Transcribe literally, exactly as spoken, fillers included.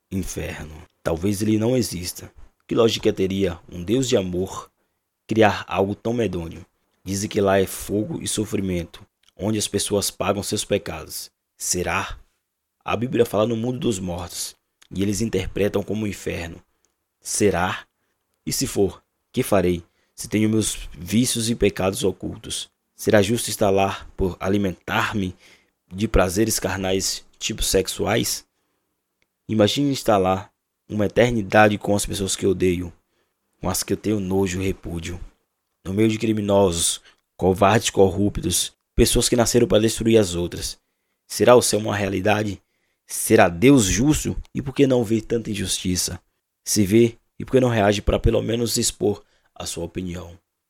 inferno. Talvez ele não exista. Que lógica teria um Deus de amor criar algo tão medonho? Dizem que lá é fogo e sofrimento, onde as pessoas pagam seus pecados. Será? A Bíblia fala no mundo dos mortos, e eles interpretam como inferno. Será? E se for, que farei, se tenho meus vícios e pecados ocultos? Será justo estar lá por alimentar-me de prazeres carnais, tipo sexuais? Imagine estar lá, uma eternidade com as pessoas que odeio, com as que eu tenho nojo e repúdio, no meio de criminosos, covardes corruptos, pessoas que nasceram para destruir as outras. Será o céu uma realidade? Será Deus justo? E por que não ver tanta injustiça? Se vê, e por que não reage para pelo menos expor a sua opinião?